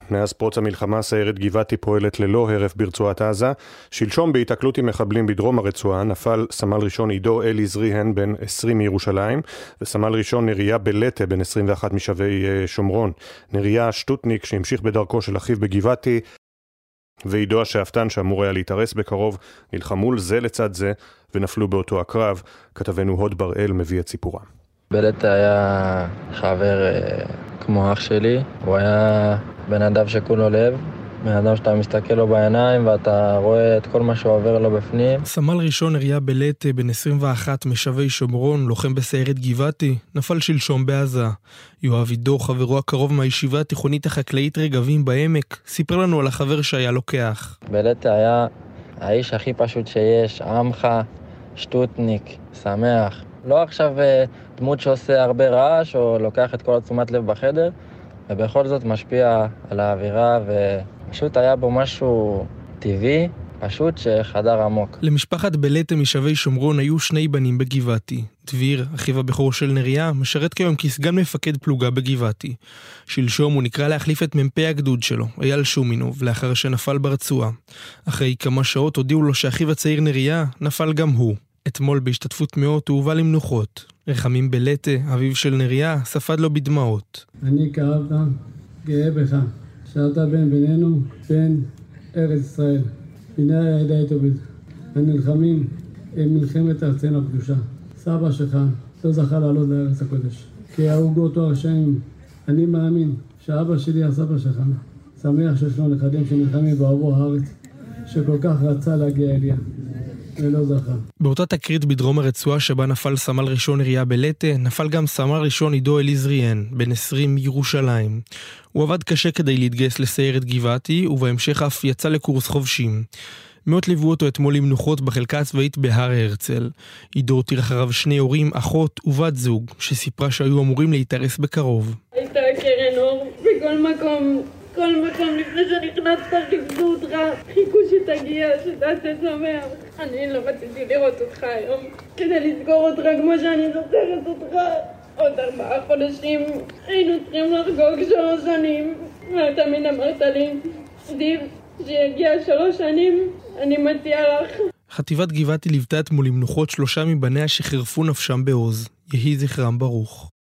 מאז פרוץ המלחמה סיירת גבעתי פועלת ללא הרף ברצועת עזה. שלשום בהתקלות עם מחבלים בדרום הרצועה נפל סמל ראשון עידו אלי זריהן בן 20 מירושלים, וסמל ראשון נריה בלטה בן 21 משבי שומרון. נריה שטוטניק שהמשיך בדרכו של אחיו בגבעתי ועידו השאפתן שאמור היה להתארס בקרוב נלחמו זה לצד זה ונפלו באותו הקרב. כתבנו הוד בראל מביא את סיפורה. בלטה היה חבר כמו אח שלי, הוא היה בן אדם שכולו לב, בן אדם שאתה מסתכל לו בעיניים ואתה רואה את כל מה שעובר לו בפנים. סמל ראשון נריה בלטה בן 21 משבי שומרון, לוחם בסיירת גבעתי, נפל שלשום בעזה. יואב עידו, חברו הקרוב מהישיבה התיכונית החקלאית רגבים בעמק, סיפר לנו על החבר שהיה לוקח. בלטה היה האיש הכי פשוט שיש, עמך, שטוטניק, שמח. לא עכשיו דמות שעושה הרבה רעש או לוקח את כל התשומת לב בחדר, ובכל זאת משפיע על האווירה, ופשוט היה בו משהו טבעי, פשוט שחדר עמוק. למשפחת בלטה משבי שומרון היו שני בנים בגבעתי. דביר, אחיו הבכור של נריה, משרת כיום כסגן מפקד פלוגה בגבעתי. שלשום הוא נקרא להחליף את מ"פ הגדוד שלו, אייל שומינוב, לאחר שנפל ברצועה. אחרי כמה שעות הודיעו לו שאחיו הצעיר נריה נפל גם הוא. אתמול בהשתתפות מאות הוא הובא למנוחות. רחמים בלטה, אביו של נריה, ספד לו בדמעות. אני כאבא, גאה בך, שאתה בן בינינו, בן ארץ ישראל. הנה הידע איתו בזה. הנלחמים הם מלחמת ארצנו הקדושה. סבא שלך לא זכה לעלות לארץ הקודש. כי ההוגו תואר שם, אני מאמין שאבא שלי הסבא שלך. שמח שיש לו נכדים שנלחמים בעבור הארץ, שכל כך רצה להגיע אליה. ולא זכה. באותה תקרית בדרום הרצועה שבה נפל סמל ראשון נריה בלטה, נפל גם סמל ראשון עידו אלי זריהן, בן 20 מירושלים. הוא עבד קשה כדי להתגייס לסיירת גבעתי, ובהמשך אף יצא לקורס חובשים. מאות ליוו אותו אתמול למנוחות בחלקה הצבאית בהר הרצל. עידו הותיר אחריו שני הורים, אחות ובת זוג, שסיפרה שהיו אמורים להתארס בקרוב. הייתה קרן אור בכל מקום. כל מקום לפני שנכנסת חיכו אותך, חיכו שתגיע, שתעשה שמח. אני לא רציתי לראות אותך היום, כדי לזכור אותך כמו שאני זוכרת אותך. עוד 4 חודשים היינו צריכים לחגוג 3 שנים, ותמיד אמרת לי, דיב, שיגיע 3 שנים, אני מציע לך. חטיבת גבעתי ליוותה אתמול למנוחות 3 מבניה שחירפו נפשם בעוז. יהי זכרם ברוך.